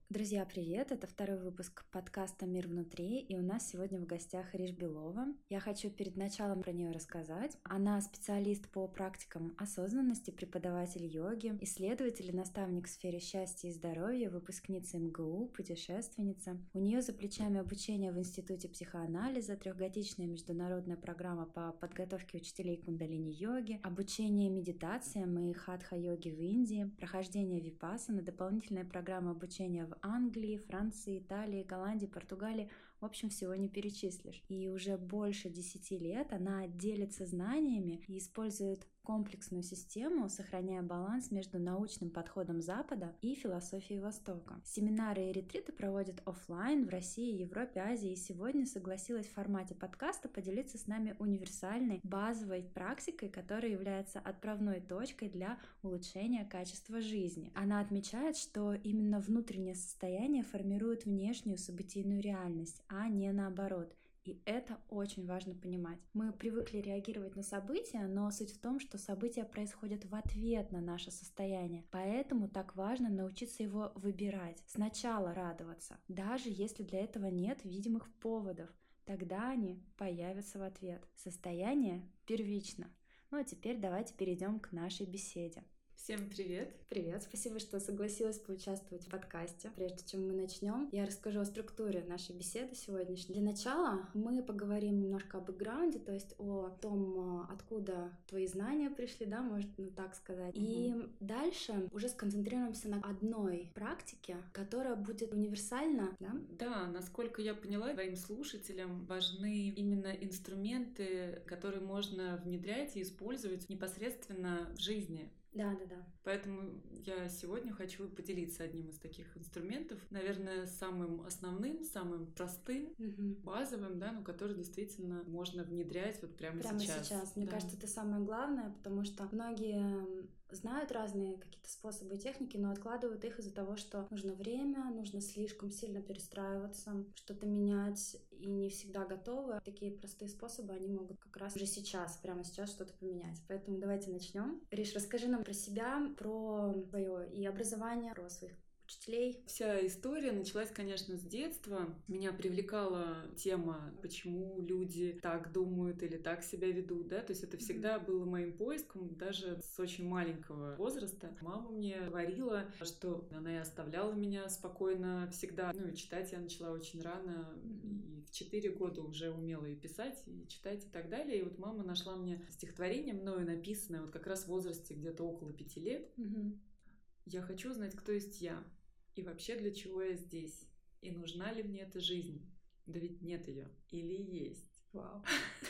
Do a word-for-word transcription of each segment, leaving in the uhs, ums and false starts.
Друзья, привет! Это второй выпуск подкаста «Мир внутри», и у нас сегодня в гостях Ириш Белова. Я хочу перед началом про нее рассказать. Она специалист по практикам осознанности, преподаватель йоги, исследователь и наставник в сфере счастья и здоровья, выпускница эм гэ у, путешественница. У нее за плечами обучение в Институте психоанализа, трехгодичная международная программа по подготовке учителей кундалини-йоги, обучение медитациям и хатха-йоги в Индии, прохождение випассаны, дополнительная программа обучения в Англии, Франции, Италии, Голландии, Португалии. В общем, всего не перечислишь. И уже больше десяти лет она делится знаниями и использует комплексную систему, сохраняя баланс между научным подходом Запада и философией Востока. Семинары и ретриты проводят офлайн в России, Европе, Азии, и сегодня согласилась в формате подкаста поделиться с нами универсальной базовой практикой, которая является отправной точкой для улучшения качества жизни. Она отмечает, что именно внутреннее состояние формирует внешнюю событийную реальность, а не наоборот. И это очень важно понимать. Мы привыкли реагировать на события, но суть в том, что события происходят в ответ на наше состояние. Поэтому так важно научиться его выбирать. Сначала радоваться, даже если для этого нет видимых поводов. Тогда они появятся в ответ. Состояние первично. Ну а теперь давайте перейдем к нашей беседе. Всем привет! Привет! Спасибо, что согласилась поучаствовать в подкасте. Прежде чем мы начнем, я расскажу о структуре нашей беседы сегодняшней. Для начала мы поговорим немножко о бэкграунде, то есть о том, откуда твои знания пришли, да, можно так сказать. Угу. И дальше уже сконцентрируемся на одной практике, которая будет универсальна, да? Да, насколько я поняла, твоим слушателям важны именно инструменты, которые можно внедрять и использовать непосредственно в жизни. Да, да, да. Поэтому я сегодня хочу поделиться одним из таких инструментов, наверное, самым основным, самым простым, угу. базовым, да, но который действительно можно внедрять вот прямо, прямо сейчас. сейчас. Мне да. кажется, это самое главное, потому что многие знают разные какие-то способы и техники, но откладывают их из-за того, что нужно время, нужно слишком сильно перестраиваться, что-то менять, и не всегда готовы. Такие простые способы, они могут как раз уже сейчас, прямо сейчас что-то поменять. Поэтому давайте начнем. Риш, расскажи нам про себя, про твое и образование, про своих учителей. Вся история началась, конечно, с детства. Меня привлекала тема, почему люди так думают или так себя ведут, да, то есть это всегда mm-hmm. было моим поиском, даже с очень маленького возраста. Мама мне говорила, что она и оставляла меня спокойно всегда. Ну и читать я начала очень рано, mm-hmm. и в четыре года уже умела и писать, и читать, и так далее. И вот мама нашла мне стихотворение, мною написанное вот как раз в возрасте где-то около пяти лет. Mm-hmm. «Я хочу знать, кто есть я. И вообще, для чего я здесь? И нужна ли мне эта жизнь? Да ведь нет ее. Или есть?» Вау.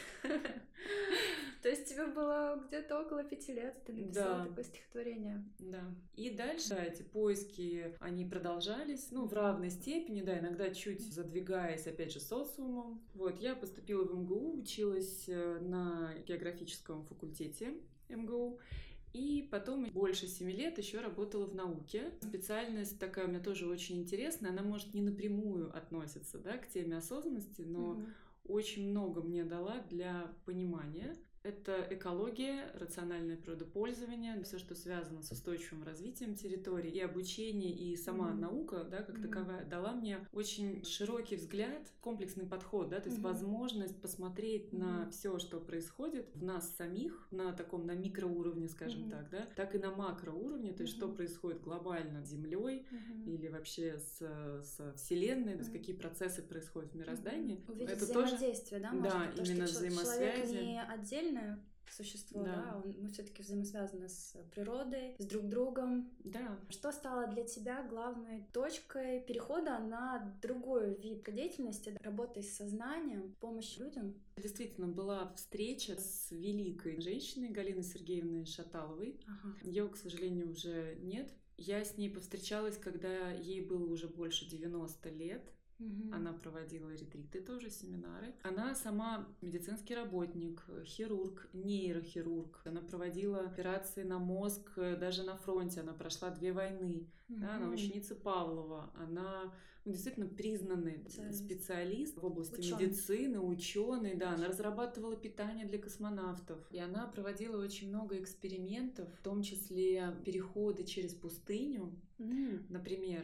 То есть тебе было где-то около пяти лет, ты написала такое стихотворение. Да. И дальше эти поиски, они продолжались, ну, в равной степени, да, иногда чуть задвигаясь, опять же, социумом. Вот, я поступила в эм гэ у, училась на географическом факультете эм гэ у. И потом больше семи лет еще работала в науке. Специальность такая у меня тоже очень интересная. Она, может, не напрямую относится, да, к теме осознанности, но mm-hmm. очень много мне дала для понимания. Это экология, рациональное природопользование, все, что связано с устойчивым развитием территории, и обучение, и сама mm-hmm. наука, да, как mm-hmm. таковая, дала мне очень широкий взгляд, комплексный подход, да, то есть mm-hmm. возможность посмотреть mm-hmm. на все, что происходит в нас самих, на таком, на микроуровне, скажем mm-hmm. так, да, так и на макроуровне, то есть mm-hmm. что происходит глобально с Землей mm-hmm. или вообще с, с Вселенной, mm-hmm. то есть какие процессы происходят в мироздании. Mm-hmm. Увидеть это взаимодействие, тоже, да, да, может, именно то, что взаимосвязи. Человек не отдельно существо, да, да он, мы все-таки взаимосвязаны с природой, с друг другом. Да. Что стало для тебя главной точкой перехода на другой вид деятельности, работы с сознанием, помощи людям? Действительно, была встреча с великой женщиной Галиной Сергеевной Шаталовой. Ага. Ее, к сожалению, уже нет. Я с ней повстречалась, когда ей было уже больше девяноста лет. Угу. Она проводила ретриты, тоже семинары. Она сама медицинский работник, хирург, нейрохирург. Она проводила операции на мозг даже на фронте. Она прошла две войны. Угу. Да, она ученица Павлова. Она ну, действительно признанный специалист, специалист в области ученый. медицины, ученый. Да, она разрабатывала питание для космонавтов. И она проводила очень много экспериментов, в том числе переходы через пустыню, угу. например.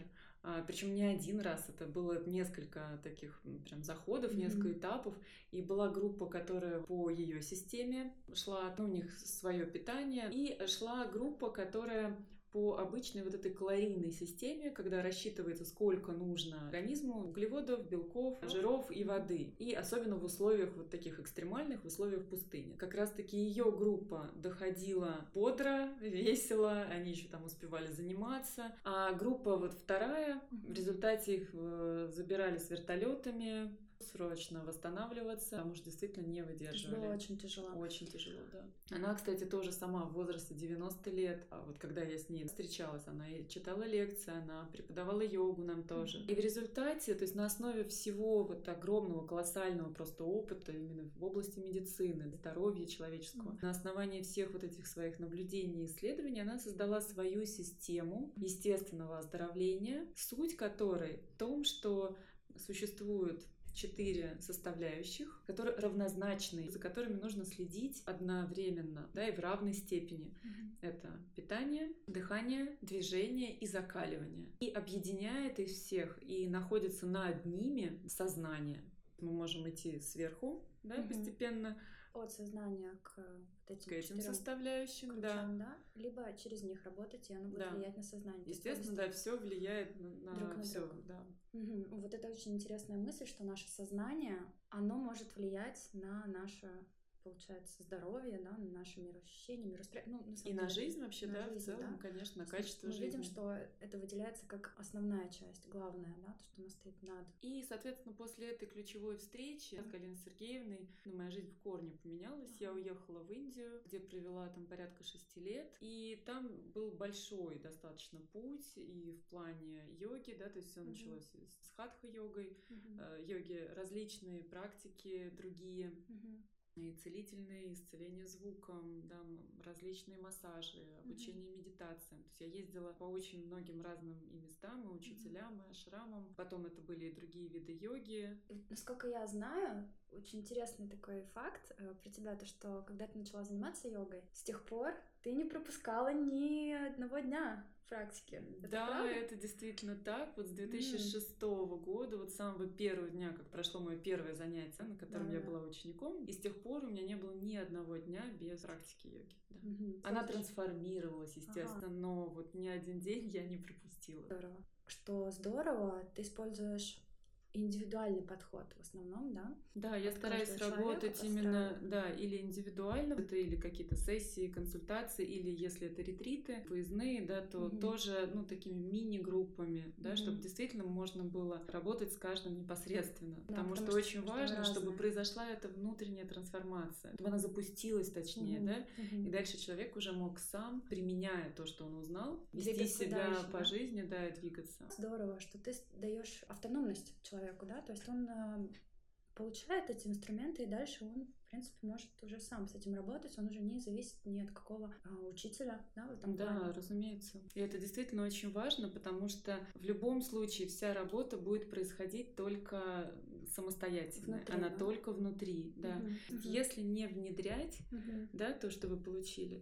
Причем не один раз, это было несколько таких прям заходов, Mm-hmm. несколько этапов. И была группа, которая по ее системе шла, ну, у них свое питание. И шла группа, которая по обычной вот этой калорийной системе, когда рассчитывается, сколько нужно организму углеводов, белков, жиров и воды. И особенно в условиях вот таких экстремальных, в условиях пустыни. Как раз-таки ее группа доходила бодро, весело, они еще там успевали заниматься. А группа вот вторая, в результате их забирали с вертолетами, срочно восстанавливаться, потому что действительно не выдерживали. Было очень тяжело. Очень тяжело, да. Она, кстати, тоже сама в возрасте девяносто лет. А вот когда я с ней встречалась, она и читала лекции, она преподавала йогу нам тоже. И в результате, то есть на основе всего вот огромного, колоссального просто опыта именно в области медицины, здоровья человеческого, mm-hmm. на основании всех вот этих своих наблюдений и исследований она создала свою систему естественного оздоровления, суть которой в том, что существует четыре составляющих, которые равнозначны, за которыми нужно следить одновременно, да, и в равной степени. Mm-hmm. Это питание, дыхание, движение и закаливание. И объединяет их всех, и находится над ними сознание. Мы можем идти сверху, да, mm-hmm. постепенно. От сознания к вот этим, к этим составляющим, ключам, да. да, либо через них работать, и оно будет да. влиять на сознание. Естественно, да, все влияет на, друг на все, друга. Да. Угу. Вот это очень интересная мысль, что наше сознание, оно может влиять на наше, получается, здоровье, да, на наше мироощущение, миросприятие. Ну, на самом и деле, на жизнь вообще, на да, жизнь, в целом, да? конечно, на качество мы жизни. Мы видим, что это выделяется как основная часть, главная, да, то, что она стоит над. И, соответственно, после этой ключевой встречи с Галиной Сергеевной моя жизнь в корне поменялась. Uh-huh. Я уехала в Индию, где провела там порядка шести лет. И там был большой достаточно путь и в плане йоги, да, то есть все uh-huh. началось с хатха-йогой, uh-huh. э, йоги, различные практики, другие. Uh-huh. И целительные, исцеление звуком, да, различные массажи, обучение mm-hmm. медитациям. То есть я ездила по очень многим разным и местам, и учителям, mm-hmm. и ашрамам. Потом это были и другие виды йоги. Насколько я знаю, очень интересный такой факт э, про тебя, то что когда ты начала заниматься йогой, с тех пор ты не пропускала ни одного дня практики. Это да, правда? Это действительно так. Вот с две тысячи шестого mm. года, вот с самого первого дня, как прошло мое первое занятие, на котором да, я да. была учеником, и с тех пор у меня не было ни одного дня без практики йоги. Да. Mm-hmm. Она Слушай. трансформировалась, естественно, ага. но вот ни один день я не пропустила. Здорово. Что здорово, ты используешь индивидуальный подход в основном, да? Да, я стараюсь работать именно, да, или индивидуально, это или какие-то сессии, консультации, или если это ретриты, выездные, да, то mm-hmm. тоже, ну, такими мини-группами, да, mm-hmm. чтобы действительно можно было работать с каждым непосредственно, да, потому, потому что, что очень что важно, разное. Чтобы произошла эта внутренняя трансформация, чтобы она запустилась, точнее, mm-hmm. да, mm-hmm. и дальше человек уже мог сам, применяя то, что он узнал, вести двигаться себя дальше, по да? жизни, да, и двигаться. Здорово, что ты даешь автономность человеку. Да? То есть он э, получает эти инструменты, и дальше он, в принципе, может уже сам с этим работать, он уже не зависит ни от какого э, учителя. Да, в этом да плане. Разумеется. И это действительно очень важно, потому что в любом случае вся работа будет происходить только самостоятельно, внутри, она да? только внутри. Да. Uh-huh. Если не внедрять uh-huh. да, то, что вы получили,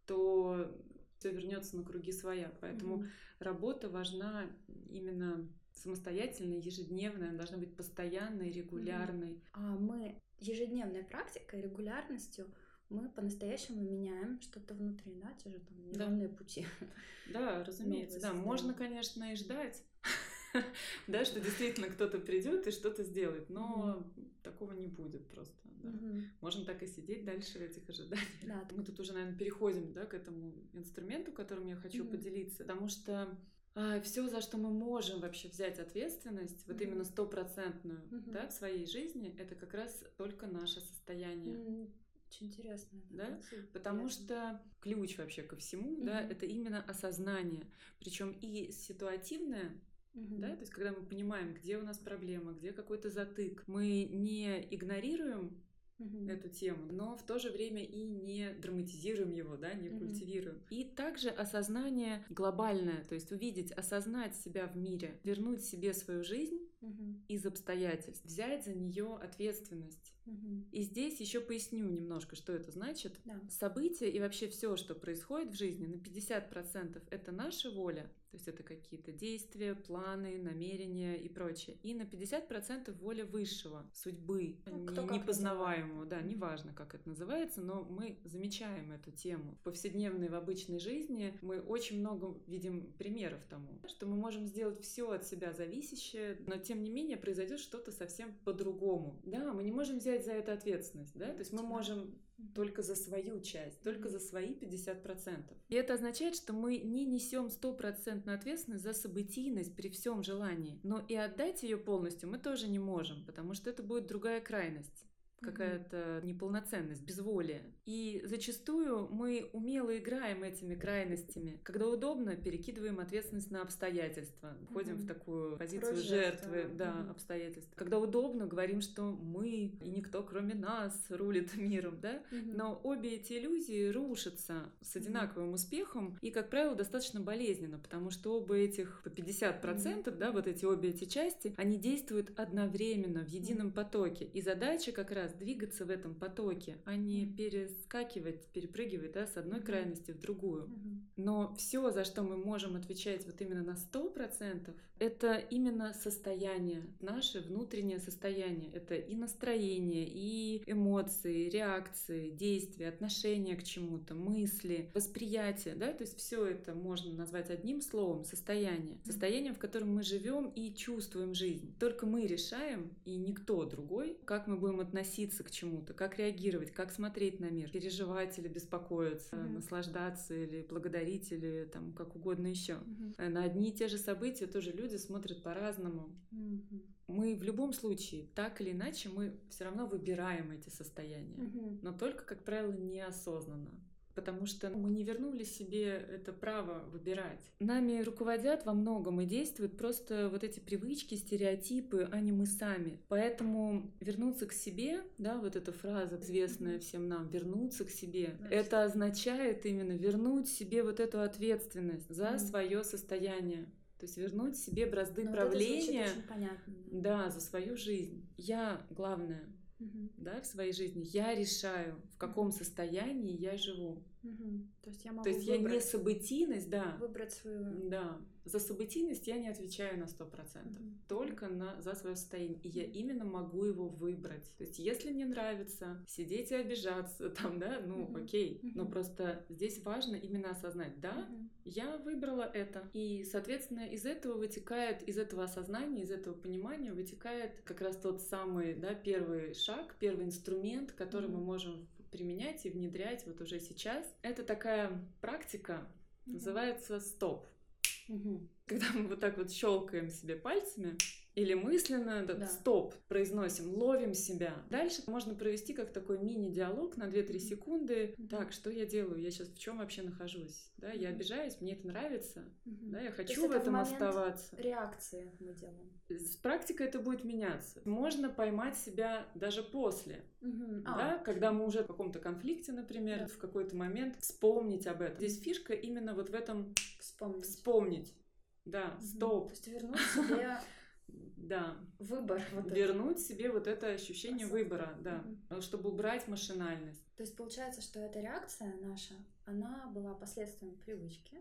то все вернется на круги своя. Поэтому uh-huh. работа важна именно самостоятельная, ежедневная, она должна быть постоянной, регулярной. Mm-hmm. А мы ежедневной практикой, регулярностью мы по-настоящему меняем что-то внутри, да, те же там нейронные да. пути. Да, разумеется, да. Можно, конечно, и ждать, да, что действительно кто-то придет и что-то сделает, но такого не будет просто. Можно так и сидеть дальше в этих ожиданиях. Мы тут уже, наверное, переходим, да, к этому инструменту, которым я хочу поделиться, потому что все, за что мы можем вообще взять ответственность, mm-hmm. вот именно стопроцентную, mm-hmm. да, в своей жизни, это как раз только наше состояние. Mm-hmm. Очень интересно. Да? Да? Потому интересно. Что ключ вообще ко всему, mm-hmm. да, это именно осознание. Причем и ситуативное, mm-hmm. да, то есть когда мы понимаем, где у нас проблема, где какой-то затык, мы не игнорируем Uh-huh. эту тему, но в то же время и не драматизируем его, да, не uh-huh. культивируем. И также осознание глобальное, то есть увидеть, осознать себя в мире, вернуть себе свою жизнь uh-huh. из обстоятельств, взять за нее ответственность. Uh-huh. И здесь еще поясню немножко, что это значит. Да. События и вообще все, что происходит в жизни, на пятьдесят процентов это наша воля, то есть это какие-то действия, планы, намерения и прочее. И на пятьдесят процентов воля высшего, судьбы, Ну, не, непознаваемого, да, неважно, как это называется, но мы замечаем эту тему. В повседневной, в обычной жизни мы очень много видим примеров тому, что мы можем сделать все от себя зависящее, но тем не менее произойдет что-то совсем по-другому. Да, мы не можем взять за это ответственность, да, то есть мы можем только за свою часть, только за свои пятьдесят процентов. И это означает, что мы не несем стопроцентную ответственность за событийность при всем желании, но и отдать ее полностью мы тоже не можем, потому что это будет другая крайность. Какая-то неполноценность, безволие. И зачастую мы умело играем этими крайностями. Когда удобно, перекидываем ответственность на обстоятельства. Входим mm-hmm. в такую позицию Роль жертвы да, mm-hmm. обстоятельств. Когда удобно, говорим, что мы и никто, кроме нас, рулит миром. Да? Mm-hmm. Но обе эти иллюзии рушатся с одинаковым mm-hmm. успехом и, как правило, достаточно болезненно, потому что оба этих по пятьдесят процентов, mm-hmm. да, вот эти обе эти части, они действуют одновременно в едином mm-hmm. потоке. И задача как раз двигаться в этом потоке, а не перескакивать, перепрыгивать да, с одной крайности в другую. Но все, за что мы можем отвечать вот именно на сто процентов, это именно состояние, наше внутреннее состояние. Это и настроение, и эмоции, реакции, действия, отношения к чему-то, мысли, восприятие. Да? То есть все это можно назвать одним словом — состояние. Состояние, в котором мы живем и чувствуем жизнь. Только мы решаем, и никто другой, как мы будем относиться к чему-то, как реагировать, как смотреть на мир, переживать или беспокоиться, mm-hmm. наслаждаться или благодарить, или там как угодно еще. Mm-hmm. На одни и те же события тоже люди смотрят по-разному. Mm-hmm. Мы в любом случае, так или иначе, мы все равно выбираем эти состояния, mm-hmm. но только, как правило, неосознанно. Потому что мы не вернули себе это право выбирать. Нами руководят во многом и действуют просто вот эти привычки, стереотипы, а не мы сами. Поэтому вернуться к себе, да, вот эта фраза, известная всем нам, вернуться к себе, Значит. это означает именно вернуть себе вот эту ответственность за mm. свое состояние. То есть вернуть себе бразды Но правления вот это очень понятно. Да, за свою жизнь. Я, главное, Uh-huh. да, в своей жизни, я решаю, в каком uh-huh. состоянии я живу. Uh-huh. То есть я могу То есть выбрать, я не событийность, да. Выбрать свою... Да. За событийность я не отвечаю на сто процентов. Uh-huh. Только на, за свое состояние. И я именно могу его выбрать. То есть если мне нравится сидеть и обижаться, там, да, ну uh-huh. окей. Uh-huh. Но просто здесь важно именно осознать, да, uh-huh. я выбрала это. И, соответственно, из этого вытекает, из этого осознания, из этого понимания вытекает как раз тот самый, да, первый шаг, первый инструмент, который mm-hmm. мы можем применять и внедрять вот уже сейчас. Это такая практика, mm-hmm. называется стоп. Mm-hmm. Когда мы вот так вот щелкаем себе пальцами или мысленно да, да. стоп произносим, ловим себя. Дальше можно провести как такой мини-диалог на две-три секунды. Mm-hmm. Так, что я делаю? Я сейчас в чем вообще нахожусь? Да, я обижаюсь, мне это нравится, mm-hmm. да, я хочу в этом в оставаться. Реакции мы делаем. С практикой это будет меняться. Можно поймать себя даже после, mm-hmm. да, а. когда мы уже в каком-то конфликте, например, да. в какой-то момент вспомнить об этом. Здесь фишка именно вот в этом вспомнить. Вспомнить. Да, mm-hmm. стоп. То есть вернуть себе да. выбор. Вот Вернуть это. себе вот это ощущение Осознанно. выбора, да, mm-hmm. чтобы убрать машинальность. То есть получается, что эта реакция наша, она была последствием привычки,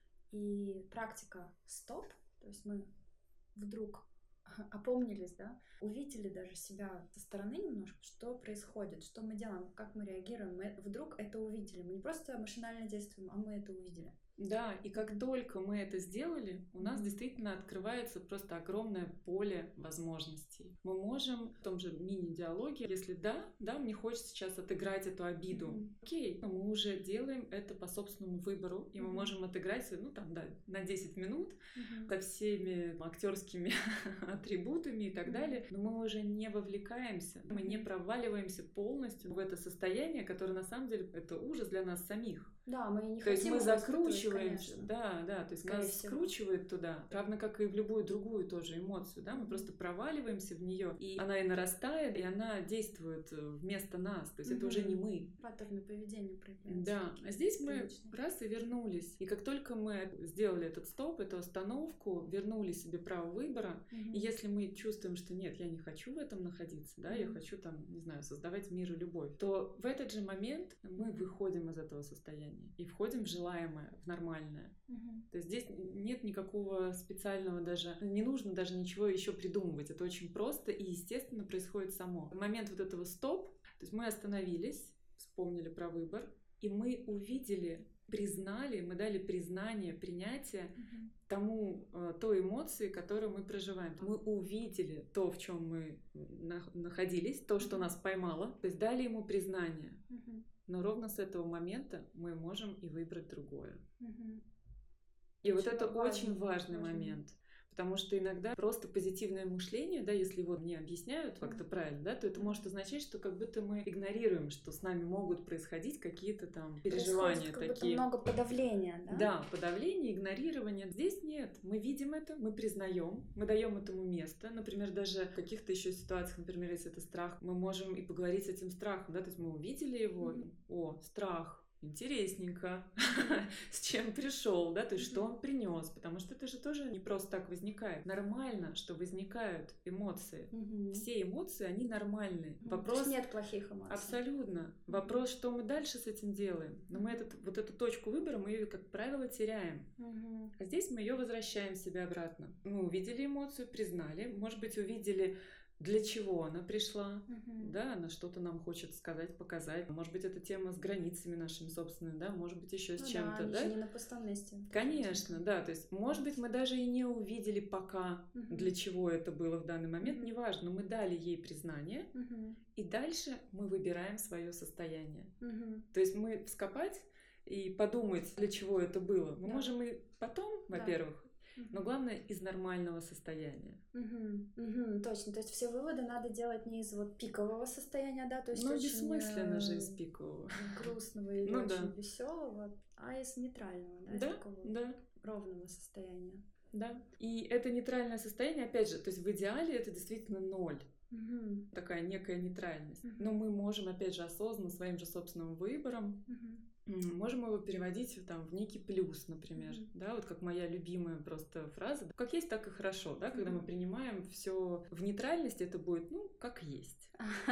и практика стоп, то есть мы вдруг опомнились, да, увидели даже себя со стороны немножко, что происходит, что мы делаем, как мы реагируем, мы вдруг это увидели, мы не просто машинально действуем, а мы это увидели. Да, и как только мы это сделали, у нас действительно открывается просто огромное поле возможностей. Мы можем в том же мини-диалоге, если да, да, мне хочется сейчас отыграть эту обиду, mm-hmm. окей, но мы уже делаем это по собственному выбору, и mm-hmm. мы можем отыграть, ну там, да, на десять минут mm-hmm. со всеми актерскими атрибутами и так mm-hmm. далее, но мы уже не вовлекаемся, mm-hmm. мы не проваливаемся полностью в это состояние, которое на самом деле это ужас для нас самих. Да, мы не то хотим. То есть мы закручиваемся, да, да, то есть Скорее нас всего. скручивает туда, равно как и в любую другую тоже эмоцию, да, мы просто проваливаемся в нее, и она и нарастает, и она действует вместо нас, то есть mm-hmm. это уже не мы. Паттерны поведения проявляются. Да, а здесь мы раз и вернулись, и как только мы сделали этот стоп, эту остановку, вернули себе право выбора, mm-hmm. и если мы чувствуем, что нет, я не хочу в этом находиться, да, mm-hmm. я хочу там, не знаю, создавать мир и любовь, то в этот же момент мы выходим из этого состояния. состояние и входим в желаемое, в нормальное. Угу. То есть здесь нет никакого специального даже, не нужно даже ничего еще придумывать. Это очень просто и естественно происходит само. В момент вот этого стоп, то есть мы остановились, вспомнили про выбор, и мы увидели, признали, мы дали признание, принятие угу. тому, той эмоции, которую мы проживаем. Мы увидели то, в чем мы находились, то, что нас поймало, то есть дали ему признание. Угу. Но ровно с этого момента мы можем и выбрать другое. Угу. И очень вот это важный, очень важный важный момент. Потому что иногда просто позитивное мышление, да, если его не объясняют как-то правильно, да, то это может означать, что как будто мы игнорируем, что с нами могут происходить какие-то там переживания как такие. Будто много подавления, да? Да, подавление, игнорирование. Здесь нет. Мы видим это, мы признаем, мы даем этому место. Например, даже в каких-то еще ситуациях, например, если это страх, мы можем и поговорить с этим страхом, да, то есть мы увидели его, mm-hmm. о, страх. Интересненько, с чем пришел, да, то есть что он принес, потому что это же тоже не просто так возникает. Нормально, что возникают эмоции. Mm-hmm. Все эмоции, они нормальные. Mm-hmm. Вопрос... То есть нет плохих эмоций. Абсолютно. Вопрос, что мы дальше с этим делаем. Но мы этот, вот эту точку выбора, мы ее, как правило, теряем. Mm-hmm. А здесь мы ее возвращаем себе обратно. Мы увидели эмоцию, признали, может быть, увидели... Для чего она пришла, uh-huh. да, она что-то нам хочет сказать, показать. Может быть, это тема с границами нашими собственными, да, может быть, еще с ну чем-то, да? да? Не на пустом месте. Конечно, да, то есть, может быть, мы даже и не увидели пока, uh-huh. для чего это было в данный момент, uh-huh. неважно, но мы дали ей признание, uh-huh. и дальше мы выбираем свое состояние. Uh-huh. То есть мы вскопать и подумать, для чего это было, мы да. можем и потом, да. во-первых, но главное из нормального состояния. Угу, угу, точно. То есть все выводы надо делать не из вот пикового состояния, да, то есть ну очень бессмысленно же из пикового, грустного или ну, очень да. веселого, а из нейтрального, да, да, из такого да. ровного состояния. Да. И это нейтральное состояние, опять же, то есть в идеале это действительно ноль. Угу. Такая некая нейтральность. Угу. Но мы можем, опять же, осознанно своим же собственным выбором угу. можем его переводить там, в некий плюс, например. Mm-hmm. Да, вот как моя любимая просто фраза. Как есть, так и хорошо. Да? Когда mm-hmm. мы принимаем все в нейтральности, это будет, ну, как есть.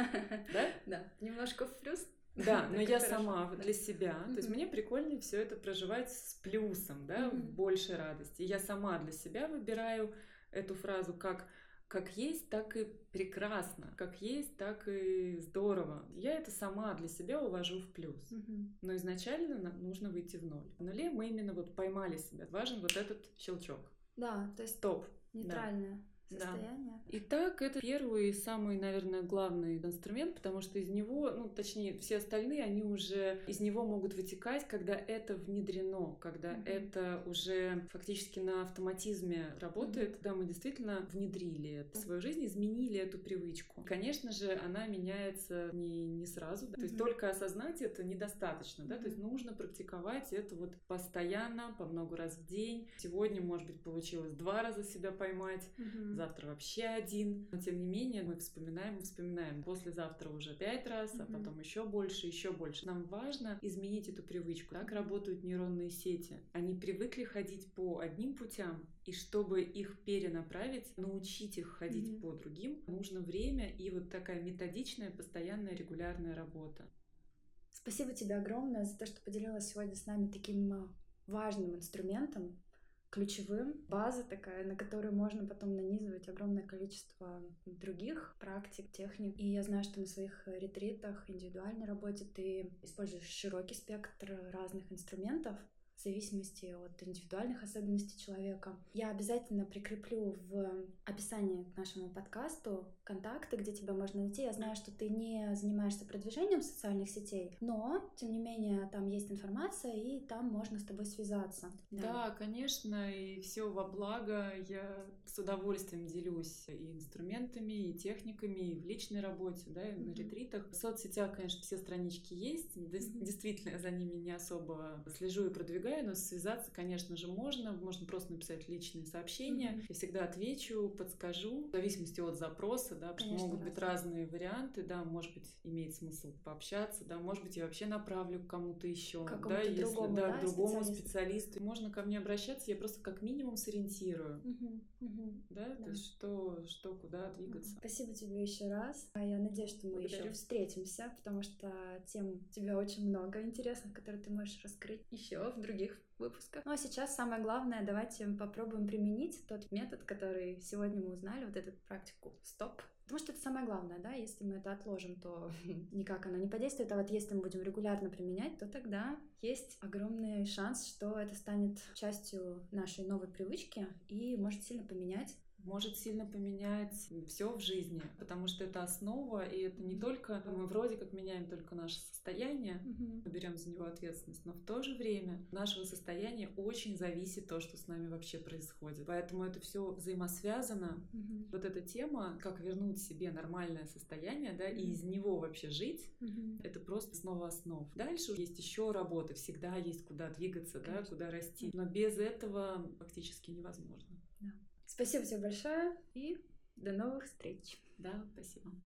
Да? Да, немножко в плюс. Да, но я сама для себя. То есть мне прикольнее все это проживать с плюсом, да, в большей радости. Я сама для себя выбираю эту фразу как как есть, так и прекрасно. Как есть, так и здорово. Я это сама для себя увожу в плюс. Угу. Но изначально нам нужно выйти в ноль. В нуле мы именно вот поймали себя. Важен вот этот щелчок. Да, то есть стоп. Нейтральное. Да. Состояние. Да. Итак, это первый и самый, наверное, главный инструмент, потому что из него, ну, точнее, все остальные, они уже из него могут вытекать, когда это внедрено, когда mm-hmm. это уже фактически на автоматизме работает, mm-hmm. когда мы действительно внедрили это в свою жизнь, изменили эту привычку. Конечно же, она меняется не, не сразу, да? mm-hmm. то есть только осознать это недостаточно, да, mm-hmm. то есть нужно практиковать это вот постоянно, по много раз в день. Сегодня, может быть, получилось два раза себя поймать, mm-hmm. завтра вообще один. Но тем не менее мы вспоминаем и вспоминаем. Послезавтра уже пять раз, mm-hmm. а потом еще больше, еще больше. Нам важно изменить эту привычку. Так работают нейронные сети. Они привыкли ходить по одним путям, и чтобы их перенаправить, научить их ходить mm-hmm. по другим, нужно время и вот такая методичная, постоянная, регулярная работа. Спасибо тебе огромное за то, что поделилась сегодня с нами таким важным инструментом, ключевым, база такая, на которую можно потом нанизывать огромное количество других практик, техник. И я знаю, что на своих ретритах, индивидуальной работе ты используешь широкий спектр разных инструментов в зависимости от индивидуальных особенностей человека. Я обязательно прикреплю в описании к нашему подкасту контакты, где тебя можно найти. Я знаю, что ты не занимаешься продвижением социальных сетей, но, тем не менее, там есть информация, и там можно с тобой связаться. Да, да, конечно, и все во благо. Я с удовольствием делюсь и инструментами, и техниками, и в личной работе, да, и mm-hmm. на ретритах. В соцсетях, конечно, все странички есть. Mm-hmm. Действительно, я за ними не особо слежу и продвигаю. помогаю, но связаться, конечно же, можно. Можно просто написать личные сообщения. Mm-hmm. Я всегда отвечу, подскажу, в зависимости от запроса, да, потому что могут быть разные варианты, да, может быть, имеет смысл пообщаться, да, может быть, я вообще направлю к кому-то еще, к да, если другому, да, да, к другому специалисту. специалисту. Можно ко мне обращаться, я просто как минимум сориентирую, mm-hmm. Mm-hmm. да, да, то есть что, что, куда двигаться. Спасибо тебе еще раз. Я надеюсь, что мы Благодарю. еще встретимся, потому что тем у тебя очень много интересных, которые ты можешь раскрыть еще в других выпусках. Ну а сейчас самое главное, давайте попробуем применить тот метод, который сегодня мы узнали, вот эту практику стоп. Потому что это самое главное, да, если мы это отложим, то никак оно не подействует, а вот если мы будем регулярно применять, то тогда есть огромный шанс, что это станет частью нашей новой привычки и может сильно поменять может сильно поменять все в жизни, потому что это основа, и это не только, мы вроде как меняем только наше состояние, mm-hmm. мы берем за него ответственность, но в то же время от нашего состояния очень зависит то, что с нами вообще происходит. Поэтому это все взаимосвязано. Mm-hmm. Вот эта тема, как вернуть себе нормальное состояние, да, mm-hmm. и из него вообще жить, mm-hmm. это просто основа основ. Дальше есть еще работа, всегда есть куда двигаться, да, куда расти, но без этого фактически невозможно. Да. Спасибо тебе большое и до новых встреч. Да, спасибо.